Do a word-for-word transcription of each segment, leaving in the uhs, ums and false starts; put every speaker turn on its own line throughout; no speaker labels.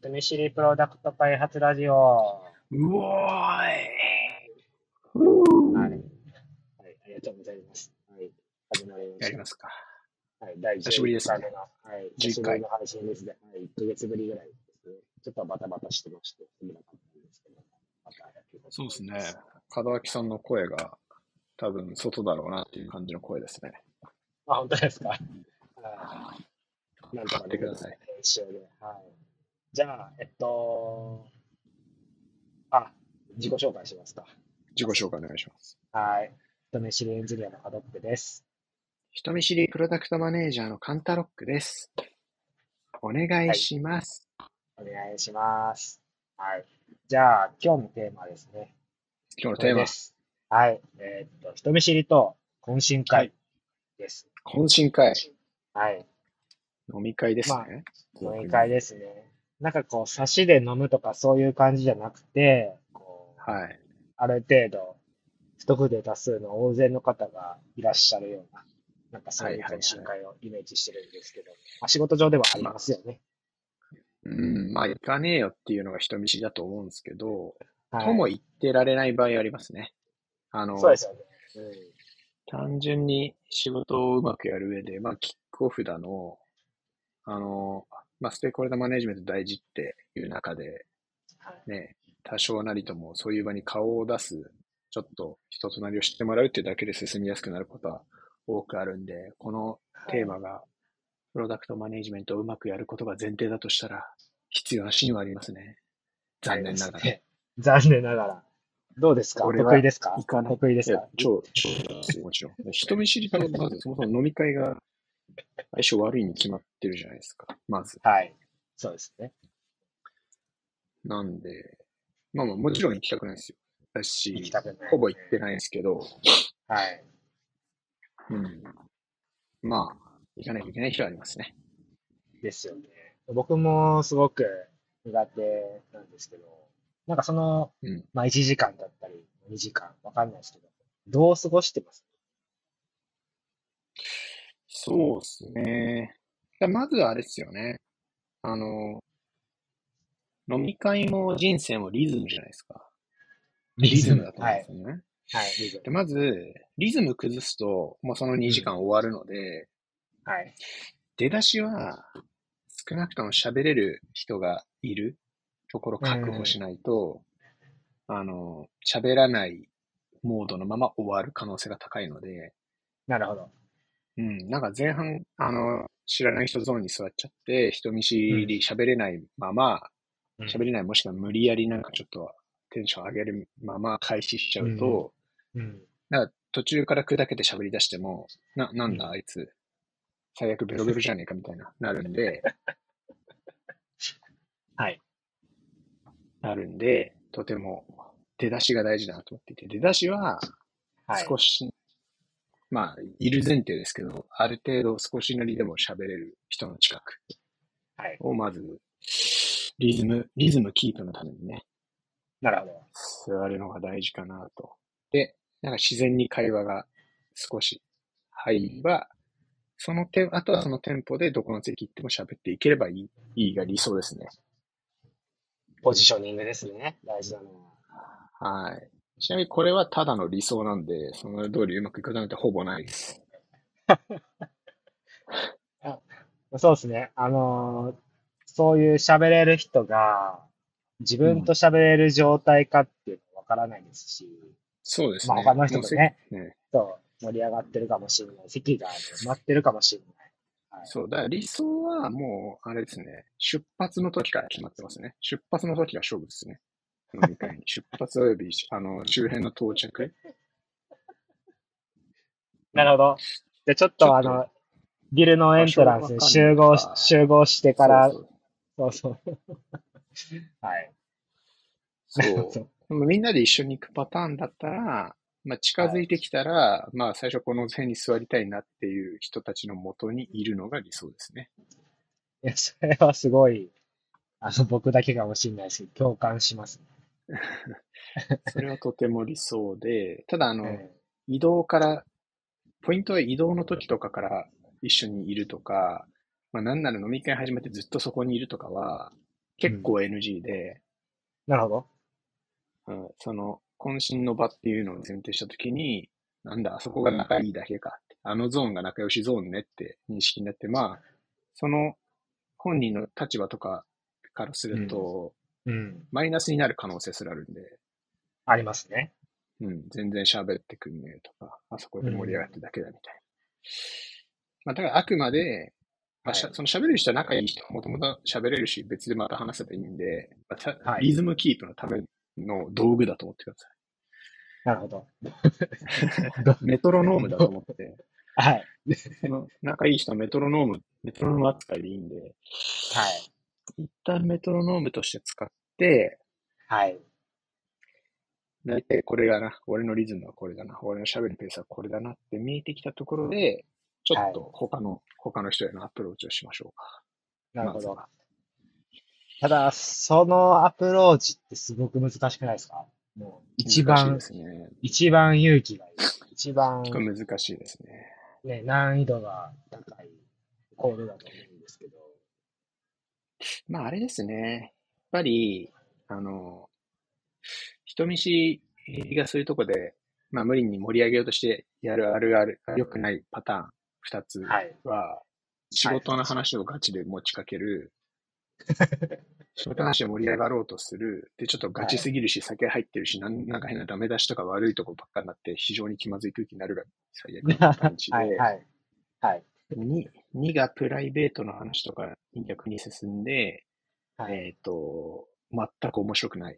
人見知りプロダクト開発ラジオ。は
うおーい。
い。はい、ありがとうございます。はい。始まりました。
やりますか。
はい。だい
久しぶり
11
ですね。
回目の、はい。久
11回。
しぶりの配信ですね。はい。いっかげつぶりぐらいですね。ちょっとバタバタしてまして、すみなかったんですけど、またやっていこうと
そうですね。
思います。
門脇さんの声が多分外だろうなっていう感じの声ですね。
あ、本当ですか。はい。なんと
張っ
かね、
てください。
編集で。はい。じゃあ、えっと、あ、自己紹介しますか。早速。
自己紹介お願いします。
はい。人見知りエンジニアの門ってです。
人見知りプロダクトマネージャーのカンタロックです。お願い
はい。
します。
お願いします。はい。じゃあ、今日のテーマですね。こ
今日のテーマ。
れです。はい。えーっと、人見知りと懇親会
はい。
です。
懇親会。
はい。
飲み会です
まあ、
ね。
飲み
俗に言う。
会ですね。なんかこう、差しで飲むとかそういう感じじゃなくて、こう、
はい。
ある程度、不特定多数の大勢の方がいらっしゃるような、なんかそういう
はいはいはい。
懇親会をイメージしてるんですけど、まあ、仕事上ではあり
まあ、
ますよね。
うん、まあ、行かねえよっていうのが人見知りだと思うんですけど、と
はい。
も言ってられない場合ありますね。あの、
そうですよね。うん。
単純に仕事をうまくやる上で、まあ、キックオフだの、あの、まあ、ステークホルダーマネジメント大事っていう中で、
はい。
ね、多少なりともそういう場に顔を出す、ちょっと人となりを知ってもらうっていうだけで進みやすくなることは多くあるんで、この
はい。
テーマが、プロダクトマネジメントをうまくやることが前提だとしたら、必要なシーンはありますね。
あり
残念ながら。
ますね。残念ながら。どうですか？
俺は
得意ですか？
行かない。いや、
得意ですか？
超、超ですよ、もちろん。人見知りと、まずそもそも飲み会が相性悪いに決まってるじゃないですか。まず。
はい。そうですね。
なんで、まあまあ、もちろん行きたくないですよ。だし、
行きたくない。
ほぼ行ってないですけど、
はい。
うん。まあ、行かなきゃいけない日はありますね。
ですよね。僕もすごく苦手なんですけど、なんかその、
うん。
まあいちじかんだったりにじかん、わかんないですけど、どう過ごしてます？
そうですね。だまずはあれですよね。あの、飲み会も人生もリズムじゃないですか。
リズム。
リズムだと思
はい。
うんですよね。
はい、リズム。
で、まず、リズム崩すと、もうその2
うん。
時間終わるので、
はい。
出だしは少なくとも喋れる人がいるところを
うん。
確保しないと、あの、喋らないモードのまま終わる可能性が高いので、
なるほど。
うん、なんか前半、あの、知らない人ゾーンに座っちゃって、人見知
うん。
り喋れないまま、
うん。
喋れないもしくは無理やりなんかちょっとテンション上げるまま開始しちゃ
うん。
うと、
うん。
なんか途中から砕けて喋り出しても、な、なんだ
うん。
あいつ、最悪ベロベロじゃねえかみたいな、なるんで、
はい。
なるんで、とても出だしが大事だなと思っていて、出だしは
はい。
少し、まあ、いる前提ですけど、ある程度少しなりでも喋れる人の近く
はい。
をまず、リズム、リズムキープのためにね、
なるほど。
座るのが大事かなと。で、なんか自然に会話が少し入れば、その点、あとはそのテンポでどこの席行っても喋っていければいい、いいが理想ですね。
ポジショニングですね。大事なのは。
はい。ちなみにこれはただの理想なんで、その通りうまくいくなんてほぼないです。
あ、そうですね。あのーそういう喋れる人が、自分と
うん。
喋れる状態かっていうのわからないですし、
そうですね。
まあ他の人
もうせ、
とね、
ね。
と盛り上がってるかもしれない。席が埋まってるかもしれない。はい。
そう。だから理想はもう、あれですね。出発の時から決まってますね。出発の時が勝負ですね。飲み会に。出発及び、あの、周辺の到着。うん。
なるほど。じゃあちょっ
ちょっと
とあの、ビルのエ
場
ントランスに
所わかんない
集合し、
とか、
集合してから、
そうそう。
そうそう。はい。なるほ
そ
ど。
う。みんなで一緒に行くパターンだったら、まあ、近
はい。
づいてきたら、まあ、最初この辺に座りたいなっていう人たちのもとにいるのが理想ですね。
いや、それはすごい、あの、僕だけかもしれないですけど、共感しますね。
それはとても理想で、ただ、あの、
うん。
移動から、ポイントは移動の時とかから一緒にいるとか、まあ、なんなら飲み会始めてずっとそこにいるとかは、
うん。
結構 エヌジー で、
なるほど。
うん、その、渾身の場っていうのを前提したときに、なんだ、あそこが仲いいだけかって。あのゾーンが仲良しゾーンねって認識になって、まあ、その本人の立場とかからする
うん。
と、
うん。
マイナスになる可能性すらあるんで、
ありますね。
うん、全然喋ってくんねえとか、あそこで盛り上
うん。
がってるだけだみたいな。まあ、だからあくまで、まあ、しゃ
はい。
その喋れる人は仲いい人、もともと喋れるし、別でまた話せばいいんで、まあた
はい。
リズムキープのための道具だと思ってくださ
なるほど。
い。
ど、
メトロノームだと
ど、
思って、
はい。
その仲いい人はメトロノーム、メトロノーム扱いでいいんで、
はい。
一旦メトロノームとして使って、
はい。
大体これがな、俺のリズムはこれだな、俺の喋るペースはこれだなって見えてきたところで、ちょっ
はい。
と他の、他の人へのアプローチをしましょうか。
なるほど。
まずは。
ただ、そのアプローチってすごく難しくないですか？もう、一
難しいで
番、
すね。
一番勇気がいる。一番、
これ難しいですね。
ね、難易度が高いコールだと思うんですけど。
まああれですね。やっぱり、あの、人見知りがそういうとこで、まあ無理に盛り上げようとしてやるあるある、良くないパターン二つ
はい。
は、仕
はい、
事の
二つ。
話をガチで持ちかける、仕事の話で盛り上がろうとする、で、ちょっとガ
はい。
チすぎるし、酒入ってるし、なん、なんか変なダメ出しとか悪いとこばっかになって、非常に気まずい空気になるが最悪なパターンいち
はい、
で、
はい、はい、
に、にがプライベートの話とかに逆に進んで、
はい。
えっと、全く面白くない。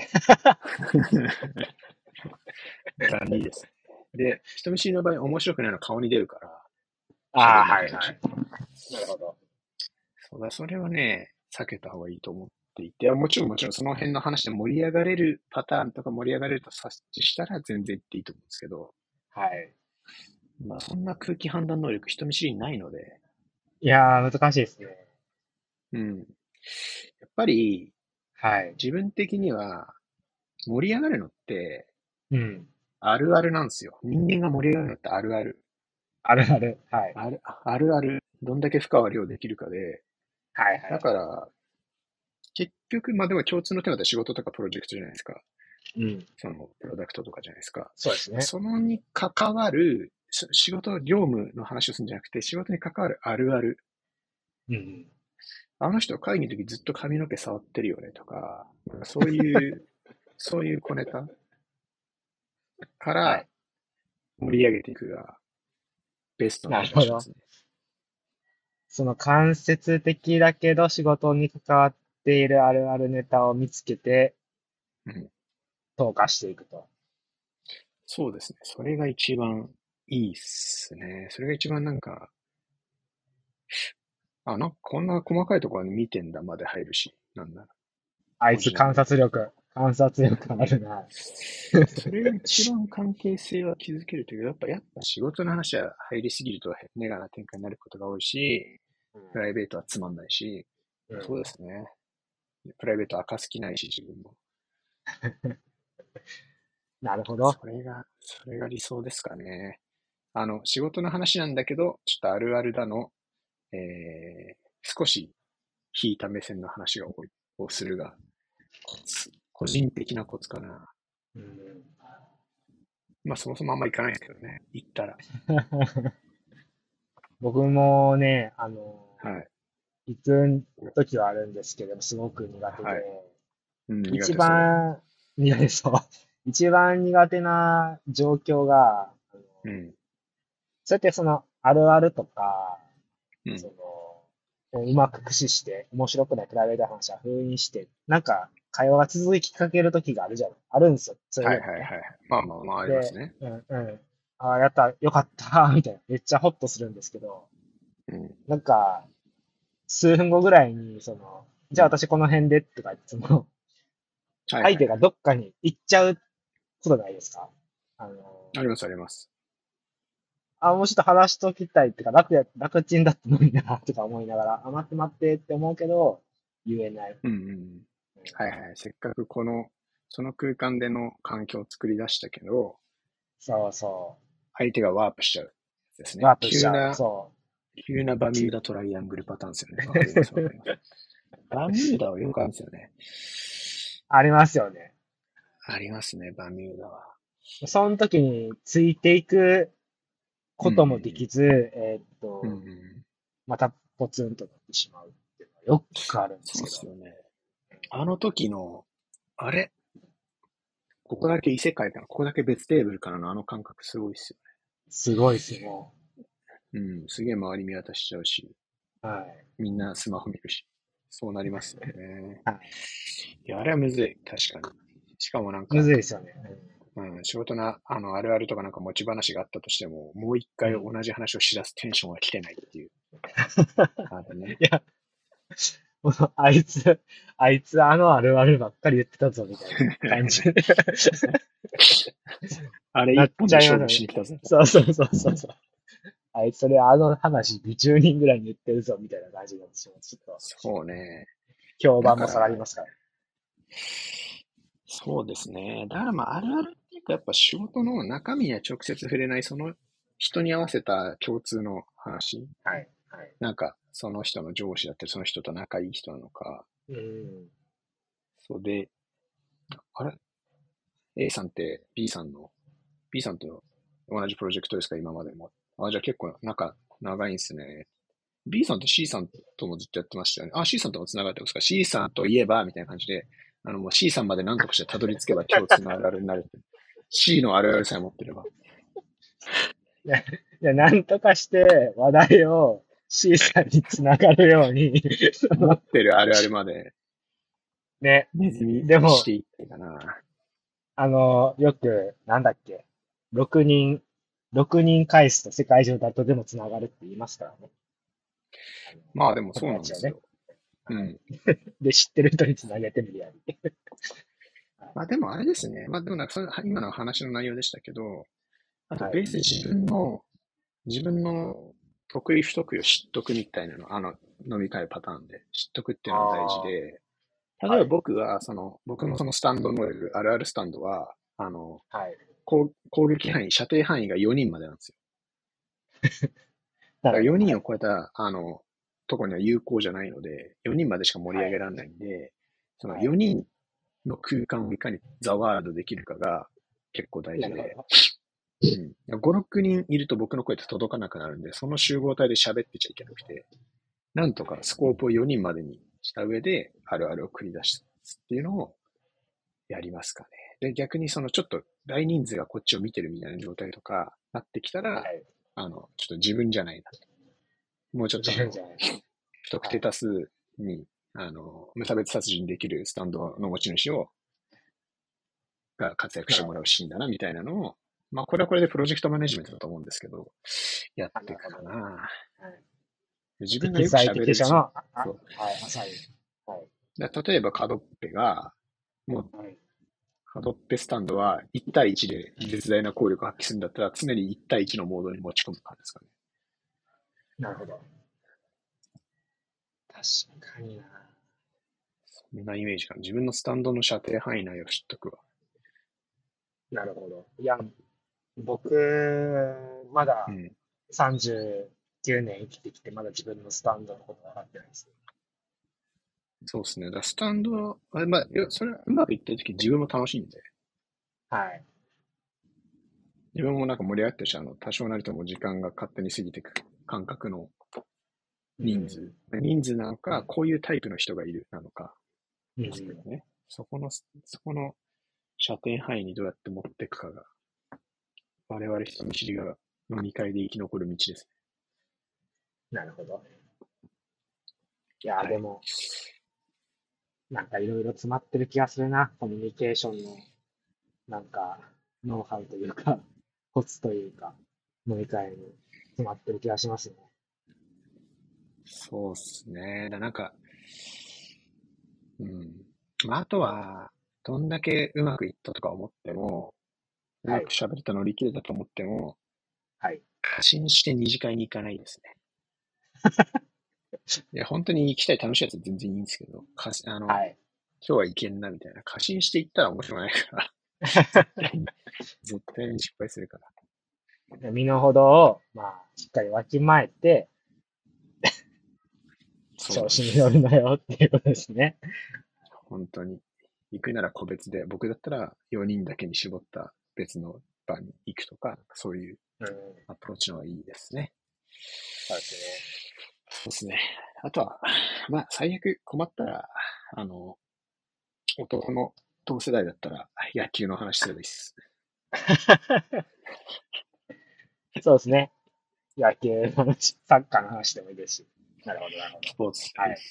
がにです。で、人見知りの場合面白くないのは顔に出るから、喋
ああ、はい、
んなくなるし。
はい。なるほど。
そうだ、それはね、避けた方がいいと思っていて、もちろんもちろんその辺の話で盛り上がれるパターンとか盛り上がれると察知したら全然言っていいと思うんですけど、
はい。
まあそんな空気判断能力人見知りにないので、
いやー、難しいですね。
うん。やっぱり
はい。
自分的には盛り上がるのって
うん。
あるあるなんですよ。人間が盛り上がるのってあるある。
あるある。はい。
ある、あるある。どんだけ負荷は量できるかで、
はい、は
だ
い。
から、結局、まあでも共通のテーマって仕事とかプロジェクトじゃないですか。
うん。
その、プロダクトとかじゃないですか。
そうですね。
そのに関わる、し仕事、業務の話をするんじゃなくて、仕事に関わるあるある。
うん。
あの人会議の時ずっと髪の毛触ってるよねとか、なんかそういう、そういう小ネタから
はい。
盛り上げていくがベストな
なるほど。
気がしますね。
その間接的だけど仕事に関わっているあるあるネタを見つけて
うん。
投下していくと。
そうですね。それが一番いいっすね。それが一番なんか、あ、なんかこんな細かいところに見てんだまで入るし、なんだろう。
あいつ観
ポジションで。
察力、観察力あるな。
それが一番関係性は築けるというか、やっぱ、やっぱ仕事の話は入りすぎるとネガな展開になることが多いし、
うん。
プライベートはつまんないし、
うん。
そうですね。プライベート明かす気ないし、自分も。
なるほど。
それが、それが理想ですかね。あの、仕事の話なんだけど、ちょっとあるあるだの、えー、少し引いた目線の話が多い、をするが、コツ、個人的なコツかな。
うん。
まあ、そもそもあんま行かないですけどね。行ったら。
僕もね、あの、
はい。
行く時はあるんですけども、すごく苦手で、
はい。うん、苦
一
手そ
番苦手そう。一番苦手な状況が、あの
う。うん。
そうやってその、あるあるとか、そ
うん。
の、うまく駆使して、面白くないプライベートな話は封印して、なんか、会話が続きかける時があるじゃん。あるんですよ。それ
はい
でもね。
はいはい。まあまあまあ、あります
で、
ね。
うんうん。ああ、やった、よかった、みたいな。めっちゃホッとするんですけど、
うん。
なんか、数分後ぐらいに、その、じゃあ
うん。
私この辺でとか言って、その、
はいはいはい。
相手がどっかに行っちゃうことないですか？あの、
ありますあります。
あ、もうちょっと話しときたいっていうか、楽や、楽ちんだったのにな、とか思いながら、あ、待って待ってって思うけど、言えない。
うんうんうん。
うん。
はいはい。せっかくこの、その空間での環境を作り出したけど、
そうそ
相手がワープしちゃうです
う。
ね。
ワープしちゃう。
急な、
そ
急なバ
う。き
ミューダトライアングルパターンですよね。わかりますわかります。 バミューダはよくあるんですよね。
ありますよね。
ありますね、バミューダは。
その時についていく
うん
こともできず、えーっ
うんうん。うん
と、
うん。
またポツンとなってしまうっていうのはよくあるんです
そうっ
けど。
すよね。あの時の、あれここだけ異世界かなここだけ別テーブルからのあの感覚すごいっすよ
すごいですね。
ね。うん。すげえ周り見渡しちゃうし、
はい。
みんなスマホ見るし。そうなりますよね。
はい。
いや、あれはむずい。確かに。しかもなん
む
か、
ずいですよね。
うん、仕事な、あの、あるあるとかなんか持ち話があったとしても、もう一
うん。うん。
回同じ話をしだすテンションが来てないっていう。あれね。
いや、もうあいつ、あいつあのあるあるばっかり言ってたぞ、みたいな感じ
あれ
なっ
一本で勝
ちゃいますよね。
負しに来たぞ。
そうそうそうそうそう。あいつそれあの話じゅうにんぐらいに言ってるぞ、みたいな感じになってしまう。ちょっと、
そうね。
評判も下がり
だから、
ますから。
そうですね。だからまあ、あるあるっていうか、やっぱ仕事の中身には直接触れない、その人に合わせた共通の話。
はい。はい。
なんか、その人の上司だったり、その人と仲いい人なのか。
うん。
そうで、あれ ?A さんって B さんの、B さんと同じプロジェクトですか今までも。あ、じゃあ結構仲長いんですね。B さんって C さんともずっとやってましたよね。あ、C さんとも繋がってますか ?C さんといえば、みたいな感じで、あのもう C さんまで何とかしてたどり着けば共通のあるあるになるって。C のあるあるさえ持ってれば。
いや、いや、なんとかして話題を C さんにつながるように、そ
持っ
の、
てるあるあるまで
ね。
ネズミ
でも、
していってかな。
あの、よく、なんだっけ、ろくにん、ろくにん返すと世界中だとでもつながるって言いますからね。あの、
まあでもそう
友達をね。
なんですよ。う
はい。
ん。
で、知ってる人につなげてみるやり。
まあでもあれですね。まあでもなんかその今の話の内容でしたけど、あと
はい。
ベースで自分の、自分の得意不得意を知っとくみたいなの、あの飲み会パターンで知っとくっていうのは大事
あ
で、
あ、
例えば
はい。
僕は、その、僕のそのスタンド能力、あるあるスタンドは、あの、
はい。
攻攻撃範囲、射程範囲がよにんまでなんですよ。だから
なるほど。は
よにんを
い。
超えた、あの、とこには有効じゃないので、よにんまでしか盛り
はい。
上げられないんで、その
はい。
よにんの空間をいかにザワールドできるかが結構大事で、
なるほど。
うん。ご、ろくにんいると僕の声って届かなくなるんで、その集合体で喋ってちゃいけなくて、なんとかスコープをよにんまでにした上で、あるあるを繰り出すっていうのをやりますかね。で、逆にそのちょっと大人数がこっちを見てるみたいな状態とかなってきたら、
はい。
あの、ちょっと自分じゃないな。もうちょっとあの、
自分じゃない。
不特
はい。
定多数に、あの、無差別殺人できるスタンドの持ち主を、が活躍してもらう
なるほど。
シーンだな、みたいなのを、まあ、これはこれでプロジェクトマネジメントだと思うんですけど、やっ
あ、
てい
なるほど。
くかな。
はい。
自分がよく
適材
喋れるし、
適所の、あ、あ、
そう。
はい、アサイン。はい。
だ例えばカドッペが、もう、
はい。
カドッペスタンドはいち対いちで絶大な効力を発揮するんだったら、常にいち対いちのモードに持ち込む感じですかね。
なるほど。確かにな。
そんなイメージかな。自分のスタンドの射程範囲内を知っとくわ。
なるほど。いや、僕、まだ
うん。
さんじゅうきゅうねん生きてきて、まだ自分のスタンドのこと分かってないです。
そうですね。だからスタンド、あまあ、いやそれはうまくいってるとき自分も楽しいんで、
はい。
自分もなんか盛り上がってるし、あの、多少なりとも時間が勝手に過ぎていく感覚の
うん。
人数。人数なのか、
うん。
こういうタイプの人がいるなのか
う
ですけど
ん。
ね。そこの、そこの射程範囲にどうやって持っていくかが、我々人見知りが飲み会で生き残る道ですね。
なるほど。いや、
はい。
でも、なんかいろいろ詰まってる気がするな。コミュニケーションの、なんか、ノウハウというか、コツというか、飲み会に詰まってる気がしますね。
そうですね。だなんか、うん。まあ、あとは、どんだけうまくいったとか思っても、う
はい。
まく喋れた乗り切れたと思っても、
はい。
過信して二次会に行かないですね。いや、本当に行きたい楽しいやつは全然いいんですけど、かし、あの、
はい。
今日は行けんなみたいな。過信して行ったら面白くないから、絶対に、絶対に失敗するから。
身の程を、まあ、しっかりわきまえて、
そう
調子に
なんです。
乗るなよっていうことですね。
本当に。行くなら個別で、僕だったらよにんだけに絞った別の場に行くとか、そういう
うん。
アプローチの方がいいですね。
そうですね。
そうですね。あとは、まあ、最悪困ったら、あの、男の同世代だったら野球の話すればいいです。
そうですね。野球の話、サッカーの話でもいいですし。なるほど、なるほど。
スポーツで
はい。
いいです。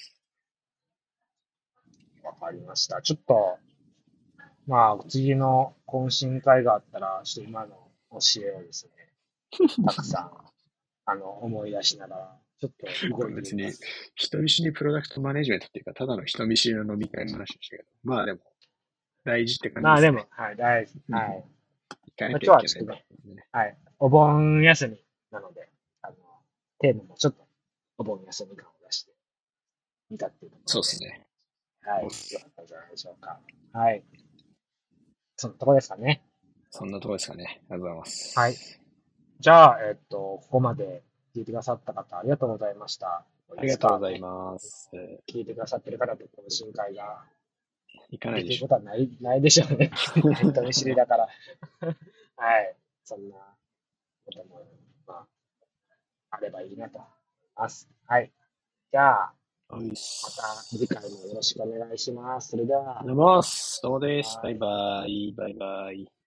わかりました。ちょっと、まあ、次の懇親会があったら、ちょっと今の教えをですね、たくさん、あの、思い出しながら、ちょっと動いてみ
これ別に
ます。
人見知りプロダクトマネジメントっていうか、ただの人見知りの飲み会の話でしたけど、まあでも大事って感じ
まあでも、
ですね。
はい、大事。
うん。
はい。
行かな
まあ、今日
きゃいけない
はちょっとね、
場なんでね。
はい、お盆休みなので、あの、テーマもちょっとお盆休み感を出してみたっていうところで、
そうですね。
はい、
おっす。
よかったんじゃないでしょうか。はい、そのところですかね。
そんなところですかね。ありがとうございま
はい。
す。
じゃあ、えっと、ここまで聞いてくださった方、ありがとうございました。い
ありが
つかね、
とうございます。
聞いてくださってる方と懇親会が
行かないでしょ。
できることはない、ないでしょうね。人見知りだから。はい。そんなことも、まあ、あればいいなと思います。はい。じゃあ、
おいっ
また次回も
す。
よろしくお願いします。それでは、
ありがとうございます。どうもです。バイ
はい。
バイ。バイバイ。